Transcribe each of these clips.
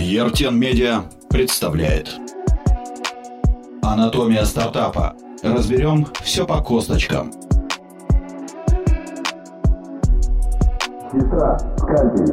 Ертен Медиа представляет «Анатомия стартапа». Разберем все по косточкам. Сестра, скальпель.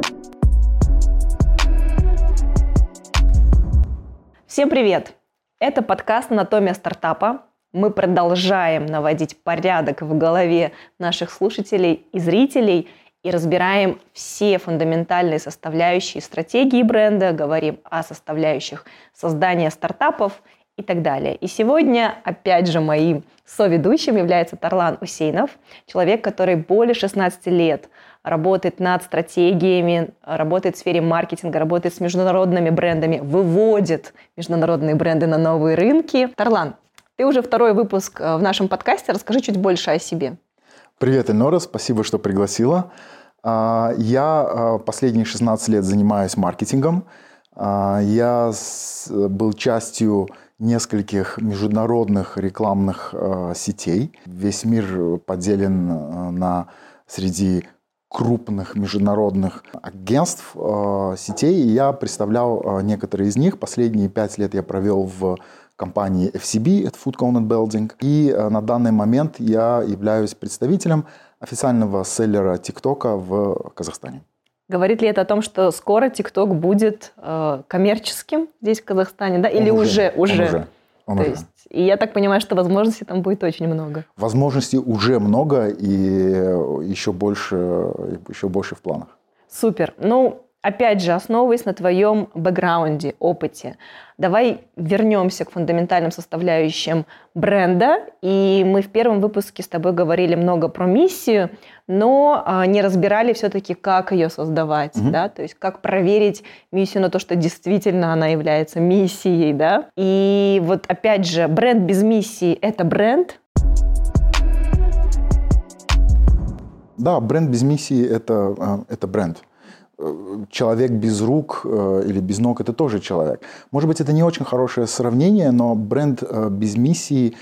Всем привет! Это подкаст «Анатомия стартапа». Мы продолжаем наводить порядок в голове наших слушателей и зрителей и разбираем все фундаментальные составляющие стратегии бренда, говорим о составляющих создания стартапов и так далее. И сегодня, опять же, моим соведущим является Тарлан Усейнов, человек, который более 16 лет работает над стратегиями, работает в сфере маркетинга, работает с международными брендами, выводит международные бренды на новые рынки. Тарлан, ты уже второй выпуск в нашем подкасте. Расскажи чуть больше о себе. Привет, Эльнора, спасибо, что пригласила. Я последние 16 лет занимаюсь маркетингом. Я был частью нескольких международных рекламных сетей. Весь мир поделен среди крупных международных агентств, сетей, и я представлял некоторые из них. Последние 5 лет я провел в компании FCB, это Food Content Building, и на данный момент я являюсь представителем официального селлера ТикТока в Казахстане. Говорит ли это о том, что скоро ТикТок будет коммерческим здесь, в Казахстане, да? Или уже? Он уже. И я так понимаю, что возможностей там будет очень много. Возможностей уже много и еще больше в планах. Супер. Опять же, основываясь на твоем бэкграунде, опыте, давай вернемся к фундаментальным составляющим бренда. И мы в первом выпуске с тобой говорили много про миссию, но не разбирали все-таки, как ее создавать, да? То есть как проверить миссию на то, что действительно она является миссией, да? И вот опять же, бренд без миссии – это бренд? Да, бренд без миссии – это бренд. Человек без рук или без ног – это тоже человек. Может быть, это не очень хорошее сравнение, но брендов без миссии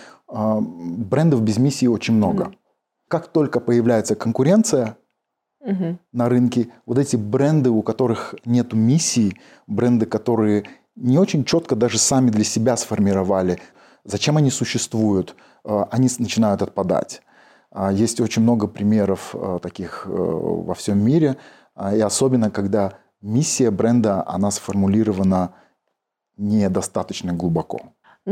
очень много. Как только появляется конкуренция на рынке, вот эти бренды, у которых нет миссии, бренды, которые не очень четко даже сами для себя сформировали, зачем они существуют, они начинают отпадать. Есть очень много примеров таких во всем мире. И особенно, когда миссия бренда, она сформулирована недостаточно глубоко.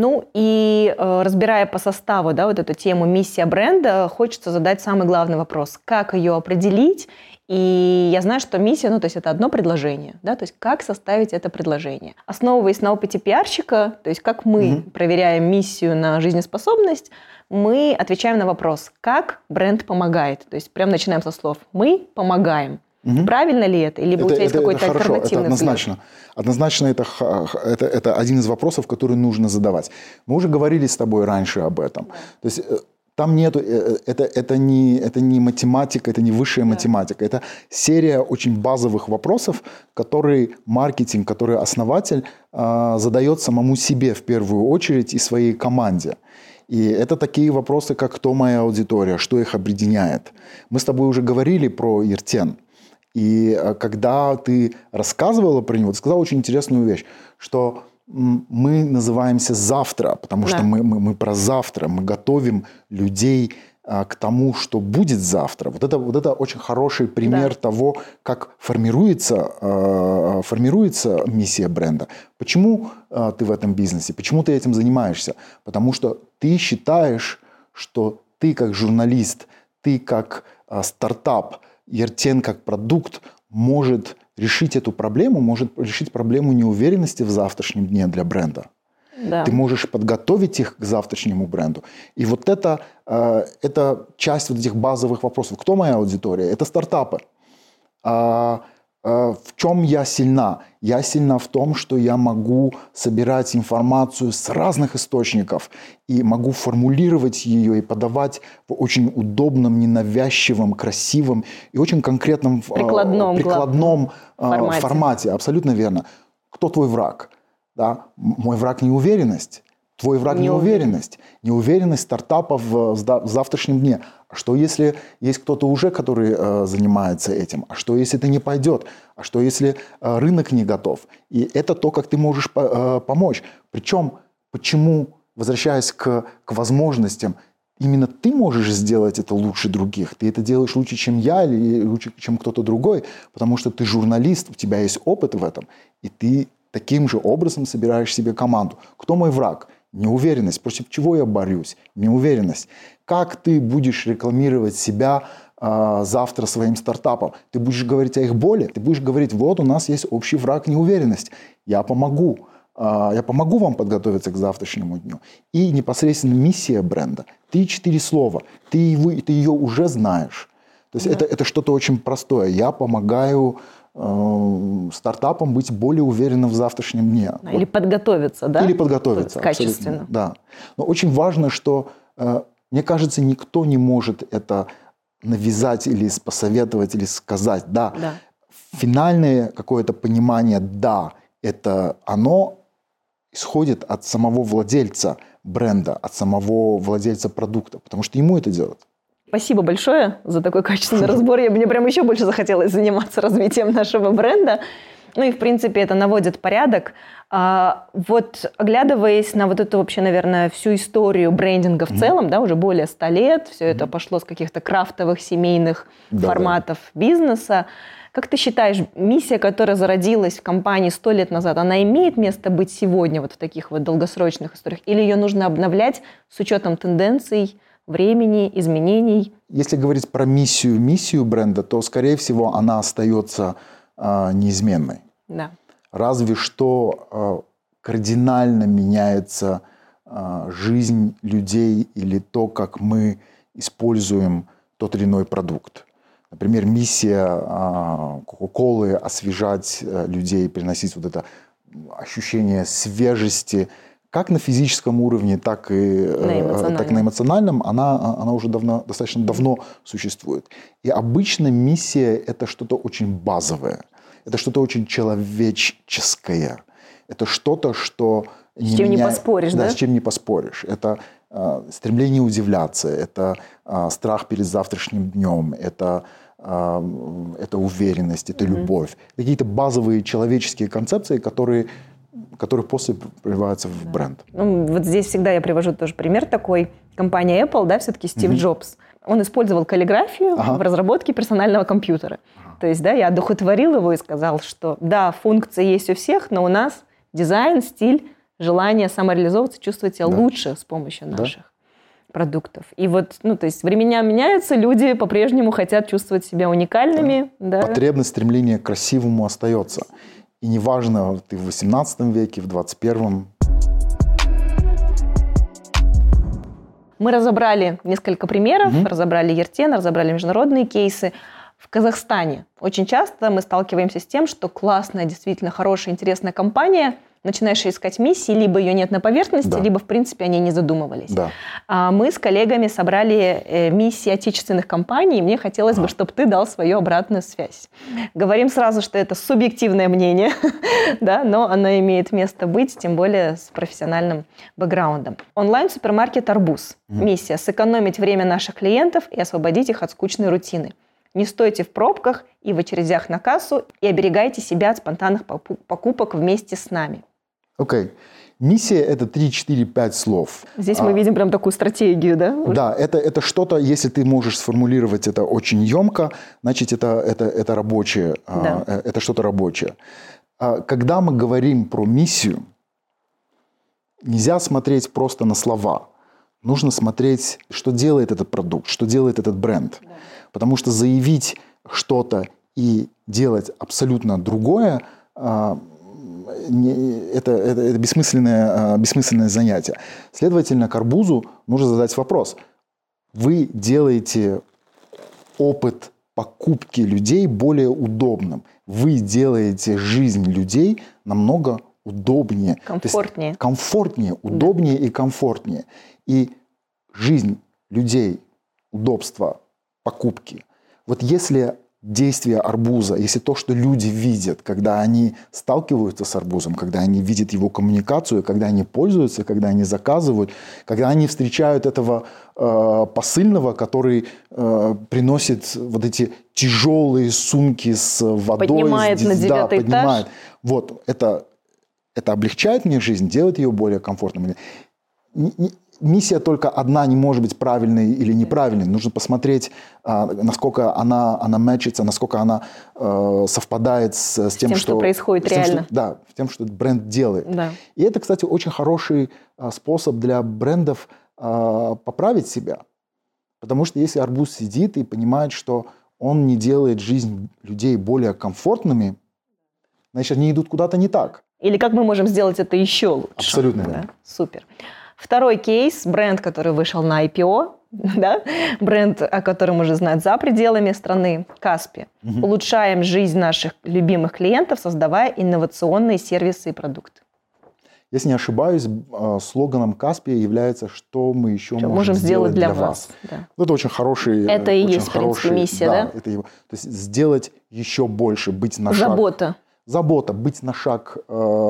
Разбирая по составу, да, вот эту тему миссия бренда, хочется задать самый главный вопрос. Как ее определить? И я знаю, что миссия, то есть это одно предложение, да, то есть как составить это предложение. Основываясь на опыте пиарщика, то есть как мы проверяем миссию на жизнеспособность, мы отвечаем на вопрос, как бренд помогает. То есть прям начинаем со слов «мы помогаем». Правильно ли это? Или у тебя есть какой-то альтернативный взгляд? Однозначно это один из вопросов, который нужно задавать. Мы уже говорили с тобой раньше об этом. То есть там нету, это не математика, это не высшая математика. Это серия очень базовых вопросов, которые маркетинг, который основатель задает самому себе в первую очередь и своей команде. И это такие вопросы, как кто моя аудитория, что их объединяет. Мы с тобой уже говорили про Ертен. И когда ты рассказывала про него, ты сказала очень интересную вещь, что мы называемся «завтра», потому что мы про завтра, мы готовим людей к тому, что будет завтра. Вот это очень хороший пример того, как формируется миссия бренда. Почему ты в этом бизнесе? Почему ты этим занимаешься? Потому что ты считаешь, что ты как журналист, ты как стартап, Ертен как продукт может решить эту проблему, может решить проблему неуверенности в завтрашнем дне для бренда. Да. Ты можешь подготовить их к завтрашнему бренду. И вот это часть вот этих базовых вопросов. Кто моя аудитория? Это стартапы. В чем я сильна? Я сильна в том, что я могу собирать информацию с разных источников и могу формулировать ее и подавать в очень удобном, ненавязчивом, красивом и очень конкретном прикладном формате. Абсолютно верно. Кто твой враг? Да? Мой враг – неуверенность. Твой враг неуверенность. Неуверенность стартапа в завтрашнем дне. А что если есть кто-то уже, который занимается этим? А что если это не пойдет? А что если рынок не готов? И это то, как ты можешь помочь. Причем, почему, возвращаясь к возможностям, именно ты можешь сделать это лучше других. Ты это делаешь лучше, чем я, или лучше, чем кто-то другой, потому что ты журналист, у тебя есть опыт в этом, и ты таким же образом собираешь себе команду. Кто мой враг? Неуверенность. Против чего я борюсь? Неуверенность. Как ты будешь рекламировать себя завтра своим стартапом? Ты будешь говорить о их боли? Ты будешь говорить, вот у нас есть общий враг неуверенность. Я помогу. Я помогу вам подготовиться к завтрашнему дню. И непосредственно миссия бренда. 3-4 слова. Ты ее уже знаешь. То есть это что-то очень простое. Я помогаю стартапам быть более уверенным в завтрашнем дне. Или подготовиться, да? Или подготовиться. Качественно. Да. Но очень важно, что, мне кажется, никто не может это навязать или посоветовать, или сказать. Да. Финальное какое-то понимание, да, это оно исходит от самого владельца бренда, от самого владельца продукта, потому что ему это делать. Спасибо большое за такой качественный разбор. Мне прям еще больше захотелось заниматься развитием нашего бренда. Ну и, в принципе, это наводит порядок. Вот оглядываясь на вот эту вообще, наверное, всю историю брендинга в целом, да, уже более 100 лет, все это пошло с каких-то крафтовых, семейных форматов бизнеса. Как ты считаешь, миссия, которая зародилась в компании 100 лет назад, она имеет место быть сегодня вот в таких вот долгосрочных историях? Или ее нужно обновлять с учетом тенденций, времени, изменений? Если говорить про миссию бренда, то, скорее всего, она остается неизменной. Да. Разве что кардинально меняется жизнь людей или то, как мы используем тот или иной продукт. Например, миссия Coca-Cola освежать людей, приносить вот это ощущение свежести, как на физическом уровне, так и на эмоциональном, она уже достаточно давно существует. И обычно миссия – это что-то очень базовое, это что-то очень человеческое, это что-то, что… С чем не поспоришь, да? Да, с чем не поспоришь. Это стремление удивляться, это страх перед завтрашним днем, это уверенность, это любовь. Какие-то базовые человеческие концепции, которые после прививаются в бренд. Ну, вот здесь всегда я привожу тоже пример такой. Компания Apple, да, все-таки Стив Джобс, он использовал каллиграфию в разработке персонального компьютера. То есть, да, я одухотворил его и сказал, что да, функции есть у всех, но у нас дизайн, стиль, желание самореализовываться, чувствовать себя лучше с помощью наших продуктов. И вот, ну, то есть времена меняются, люди по-прежнему хотят чувствовать себя уникальными. Да. Потребность, стремление к красивому остается. И неважно, ты в 18 веке, в 21-м. Мы разобрали несколько примеров, разобрали Ертен, разобрали международные кейсы. В Казахстане очень часто мы сталкиваемся с тем, что классная, действительно хорошая, интересная компания, начинаешь искать миссии, либо ее нет на поверхности, либо, в принципе, они не задумывались. Да. Мы с коллегами собрали миссии отечественных компаний, и мне хотелось бы, чтобы ты дал свою обратную связь. Говорим сразу, что это субъективное мнение, да, но оно имеет место быть, тем более с профессиональным бэкграундом. Онлайн-супермаркет «Арбуз». Миссия – сэкономить время наших клиентов и освободить их от скучной рутины. Не стойте в пробках и в очередях на кассу, и оберегайте себя от спонтанных покупок вместе с нами. Окей. Миссия – это 3, 4, 5 слов. Здесь мы видим прям такую стратегию, да? Да, это что-то, если ты можешь сформулировать это очень емко, значит, это рабочее, это что-то рабочее. Когда мы говорим про миссию, нельзя смотреть просто на слова. Нужно смотреть, что делает этот продукт, что делает этот бренд. Да. Потому что заявить что-то и делать абсолютно другое это бессмысленное занятие. Следовательно, к «Арбузу» нужно задать вопрос. Вы делаете опыт покупки людей более удобным. Вы делаете жизнь людей намного удобнее. Комфортнее. Комфортнее, удобнее и комфортнее. И жизнь людей, удобство, покупки. Вот если действие арбуза, если то, что люди видят, когда они сталкиваются с арбузом, когда они видят его коммуникацию, когда они пользуются, когда они заказывают, когда они встречают этого посыльного, который приносит вот эти тяжелые сумки с водой. Поднимает на 9-й этаж. Вот, это облегчает мне жизнь, делает ее более комфортной. Миссия только одна не может быть правильной или неправильной. Нужно посмотреть, насколько она мэчится, насколько она совпадает с тем, что происходит реально. С тем, что бренд делает. Да. И это, кстати, очень хороший способ для брендов поправить себя. Потому что если арбуз сидит и понимает, что он не делает жизнь людей более комфортными, значит, они идут куда-то не так. Или как мы можем сделать это еще лучше. Абсолютно. Да? Супер. Второй кейс – бренд, который вышел на IPO, да? Бренд, о котором уже знают за пределами страны, Каспи. Улучшаем жизнь наших любимых клиентов, создавая инновационные сервисы и продукты. Если не ошибаюсь, слоганом Каспи является «Что мы еще можем сделать для вас?». Да. Это очень хороший... Это и есть, в принципе, миссия, да? Это его, то есть сделать еще больше, быть на шаг... Забота, быть на шаг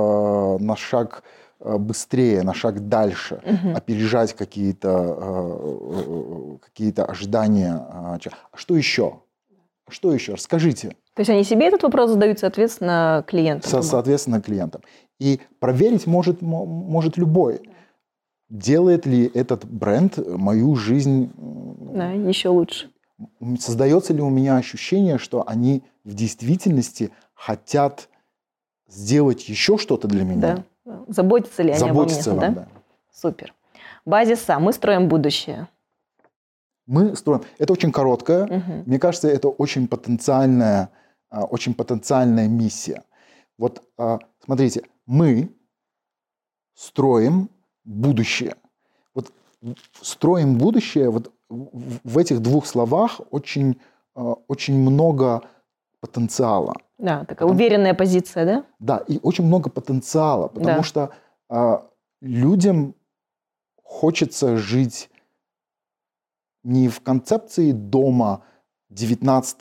быстрее, на шаг дальше, опережать какие-то ожидания. А что еще? Что еще? Расскажите. То есть они себе этот вопрос задают, соответственно, клиентам. Соответственно, клиентам. И проверить может любой. Делает ли этот бренд мою жизнь еще лучше? Создается ли у меня ощущение, что они в действительности хотят сделать еще что-то для меня? Да. Заботятся ли они обо мне? Да? Супер. Базис А. Мы строим будущее. Мы строим. Это очень короткое. Мне кажется, это очень потенциальная миссия. Вот смотрите, мы строим будущее. Вот строим будущее. Вот в этих двух словах очень много потенциала. Да, такая уверенная позиция, да? Да, и очень много потенциала, потому что людям хочется жить не в концепции дома 19,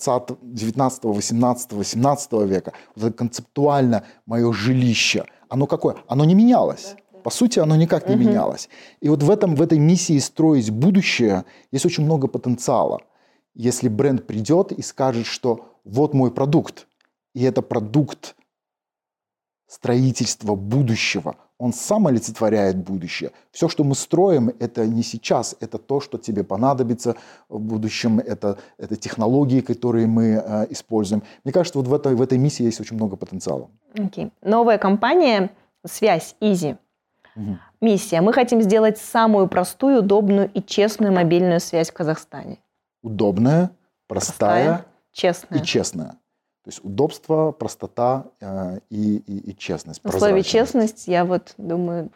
18, 17 века. Вот это концептуально мое жилище. Оно какое? Оно не менялось. По сути, оно никак не менялось. И вот в этой миссии строить будущее есть очень много потенциала. Если бренд придет и скажет, что вот мой продукт, и это продукт строительства будущего, он сам олицетворяет будущее. Все, что мы строим, это не сейчас, это то, что тебе понадобится в будущем, это технологии, которые мы используем. Мне кажется, вот в этой миссии есть очень много потенциала. Okay. Новая компания «Связь Easy». Миссия. Мы хотим сделать самую простую, удобную и честную мобильную связь в Казахстане. Удобная, простая честная. И честная. То есть удобство, простота и честность. В слове честность, я вот думаю,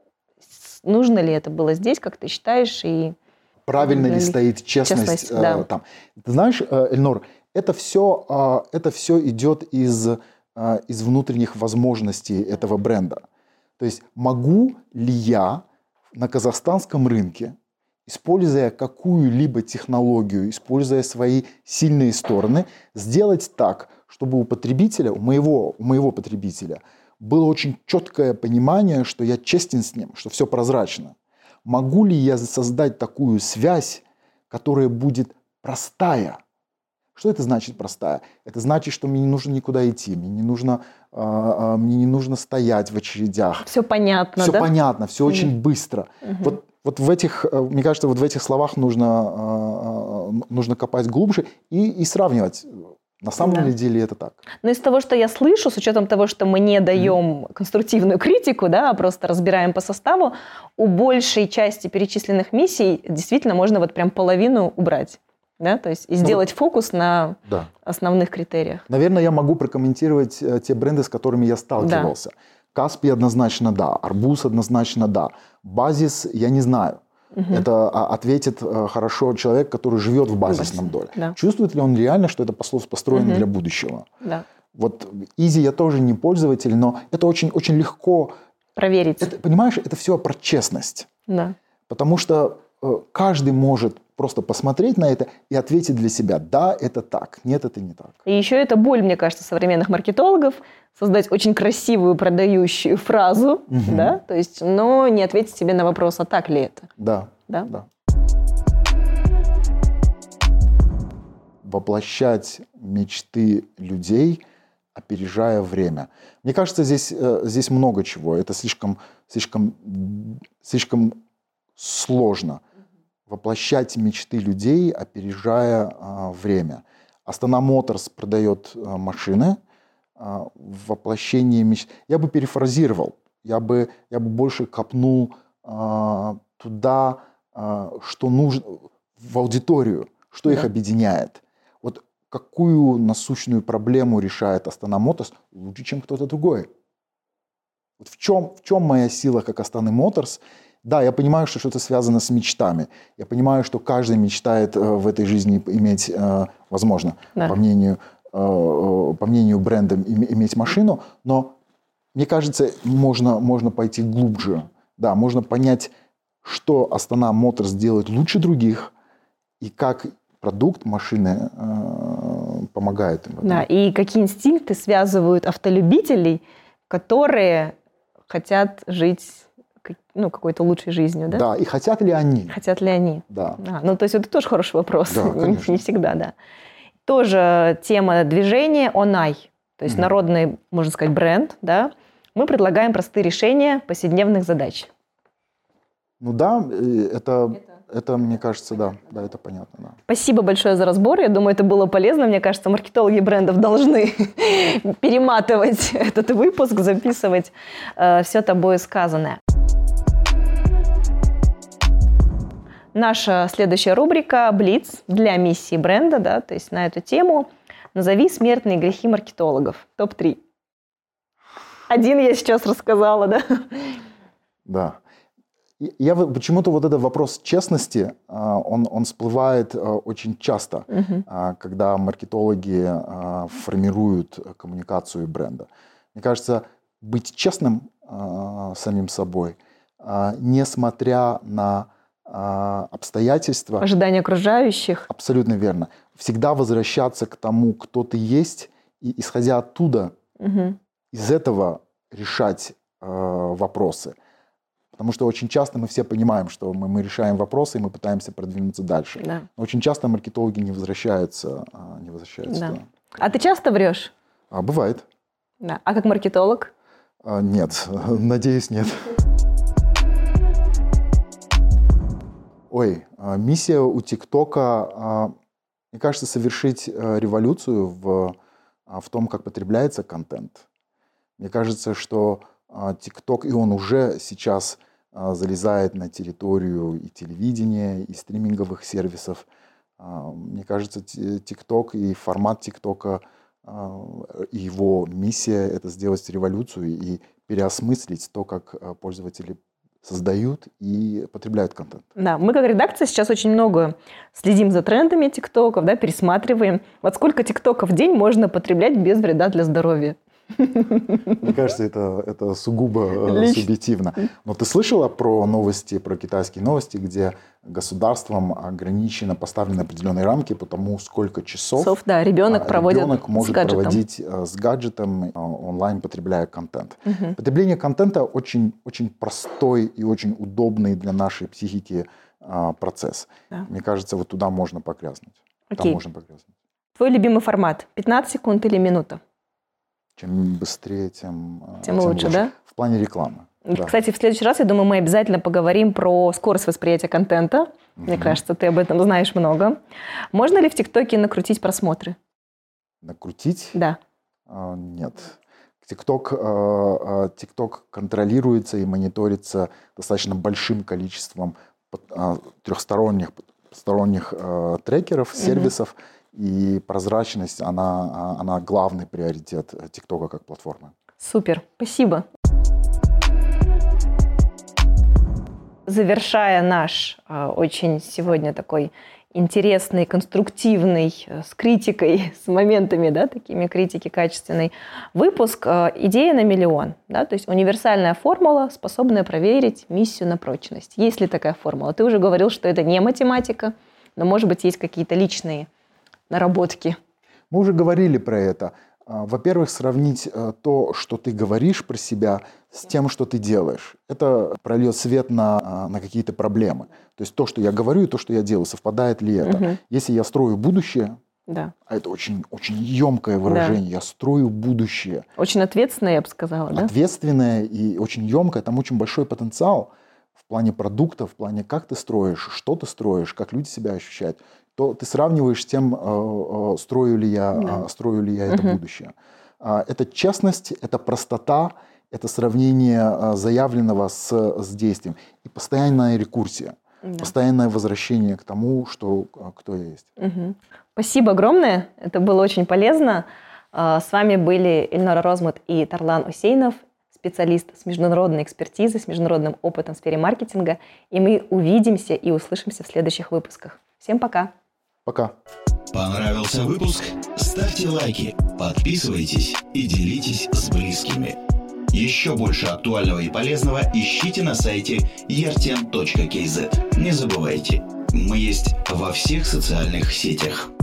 нужно ли это было здесь, как ты считаешь? И правильно ли стоит честность да. там? Ты знаешь, Эльнор, это все идет из внутренних возможностей этого бренда. То есть могу ли я на казахстанском рынке, используя какую-либо технологию, используя свои сильные стороны, сделать так, чтобы у потребителя, у моего потребителя, было очень четкое понимание, что я честен с ним, что все прозрачно. Могу ли я создать такую связь, которая будет простая? Что это значит простая? Это значит, что мне не нужно никуда идти, мне не нужно стоять в очередях. Все понятно, все да? Все понятно, все очень быстро. Вот в этих, мне кажется, вот в этих словах нужно копать глубже и сравнивать. На самом деле это так. Но из того, что я слышу, с учетом того, что мы не даем конструктивную критику, да, а просто разбираем по составу, у большей части перечисленных миссий действительно можно вот прям половину убрать. Да, то есть и сделать фокус на основных критериях. Наверное, я могу прокомментировать те бренды, с которыми я сталкивался. Каспи однозначно да, Арбуз однозначно да, Базис я не знаю. Это ответит хорошо человек, который живет в базисном доле. Да. Чувствует ли он реально, что это построено для будущего? Да. Вот Easy я тоже не пользователь, но это очень, очень легко проверить. Понимаешь, это все про честность. Да. Потому что каждый может просто посмотреть на это и ответить для себя, да, это так, нет, это не так. И еще это боль, мне кажется, современных маркетологов, создать очень красивую продающую фразу, да, то есть, но не ответить себе на вопрос, а так ли это. Да. Да? Воплощать мечты людей, опережая время. Мне кажется, здесь много чего. Это слишком сложно. Воплощать мечты людей, опережая время. Астана Моторс продает машины. Воплощение мечт. Я бы перефразировал. Я бы больше копнул туда, что нужно, в аудиторию, что их объединяет. Вот какую насущную проблему решает Астана Моторс лучше, чем кто-то другой. Вот в чем моя сила, как Астаны Моторс? Да, я понимаю, что что-то связано с мечтами. Я понимаю, что каждый мечтает в этой жизни иметь, возможно, по мнению бренда, иметь машину. Но мне кажется, можно пойти глубже. Да, можно понять, что Астана Моторс делает лучше других и как продукт машины помогает им. Да, и какие инстинкты связывают автолюбителей, которые хотят жить какой-то лучшей жизнью, да? Да, и хотят ли они? Хотят ли они? Да. То есть это тоже хороший вопрос. Да, конечно. Не всегда, да. Тоже тема движения ONAI, то есть народный, можно сказать, бренд, да. Мы предлагаем простые решения повседневных задач. Это, мне кажется, да, это понятно. Да. Спасибо большое за разбор. Я думаю, это было полезно. Мне кажется, маркетологи брендов должны перематывать этот выпуск, записывать все тобой сказанное. Наша следующая рубрика «Блиц» для миссии бренда, да, то есть на эту тему. Назови смертные грехи маркетологов. Топ-3. Один я сейчас рассказала, да? Да. Почему-то вот этот вопрос честности, он всплывает очень часто, когда маркетологи формируют коммуникацию бренда. Мне кажется, быть честным самим собой, несмотря на обстоятельства. Ожидания окружающих. Абсолютно верно. Всегда возвращаться к тому, кто ты есть, и исходя оттуда, из этого решать вопросы. Потому что очень часто мы все понимаем, что мы решаем вопросы, и мы пытаемся продвинуться дальше. Да. Но очень часто маркетологи не возвращаются. Да. А ты часто врешь? Бывает. Да. А как маркетолог? Нет. Надеюсь, нет. Миссия у ТикТока, мне кажется, совершить революцию в том, как потребляется контент. Мне кажется, что ТикТок, и он уже сейчас залезает на территорию и телевидения, и стриминговых сервисов. Мне кажется, ТикТок и формат ТикТока, и его миссия – это сделать революцию и переосмыслить то, как пользователи создают и потребляют контент. Да, мы как редакция сейчас очень много следим за трендами ТикТоков, да, пересматриваем. Вот сколько ТикТоков в день можно потреблять без вреда для здоровья? Мне кажется, это сугубо субъективно. Но ты слышала про китайские новости, где государством ограничено поставлены определенные рамки по тому, сколько часов ребенок может проводить с гаджетом онлайн, потребляя контент. Потребление контента очень, очень простой и очень удобный для нашей психики процесс. Да. Мне кажется, вот туда можно покляснуть. Окей. Твой любимый формат? 15 секунд или минута? Чем быстрее, тем лучше, да? В плане рекламы. Да. Кстати, в следующий раз, я думаю, мы обязательно поговорим про скорость восприятия контента. Мне кажется, ты об этом знаешь много. Можно ли в ТикТоке накрутить просмотры? Накрутить? Да. Нет. ТикТок контролируется и мониторится достаточно большим количеством трехсторонних трекеров, сервисов. И прозрачность, она главный приоритет ТикТока как платформы. Супер, спасибо. Завершая наш очень сегодня такой интересный, конструктивный, с критикой, с моментами, да, такими критики качественной, выпуск «Идея на миллион». Да, то есть универсальная формула, способная проверить миссию на прочность. Есть ли такая формула? Ты уже говорил, что это не математика, но, может быть, есть какие-то личные наработки. Мы уже говорили про это. Во-первых, сравнить то, что ты говоришь про себя, с тем, что ты делаешь. Это прольет свет на какие-то проблемы. То есть то, что я говорю, и то, что я делаю, совпадает ли это. Если я строю будущее, да. А это очень, очень емкое выражение, да. Я строю будущее. Очень ответственное, я бы сказала, да? Ответственное и очень емкое, там очень большой потенциал в плане продукта, в плане как ты строишь, что ты строишь, как люди себя ощущают. То ты сравниваешь с тем, строю ли я это будущее. Это честность, это простота, это сравнение заявленного с действием. И постоянная рекурсия, постоянное возвращение к тому, кто я есть. Спасибо огромное, это было очень полезно. С вами были Эльнора Розмут и Тарлан Усейнов, специалист с международной экспертизой, с международным опытом в сфере маркетинга. И мы увидимся и услышимся в следующих выпусках. Всем пока! Пока. Понравился выпуск? Ставьте лайки, подписывайтесь и делитесь с близкими. Еще больше актуального и полезного ищите на сайте yerten.kz. Не забывайте, мы есть во всех социальных сетях.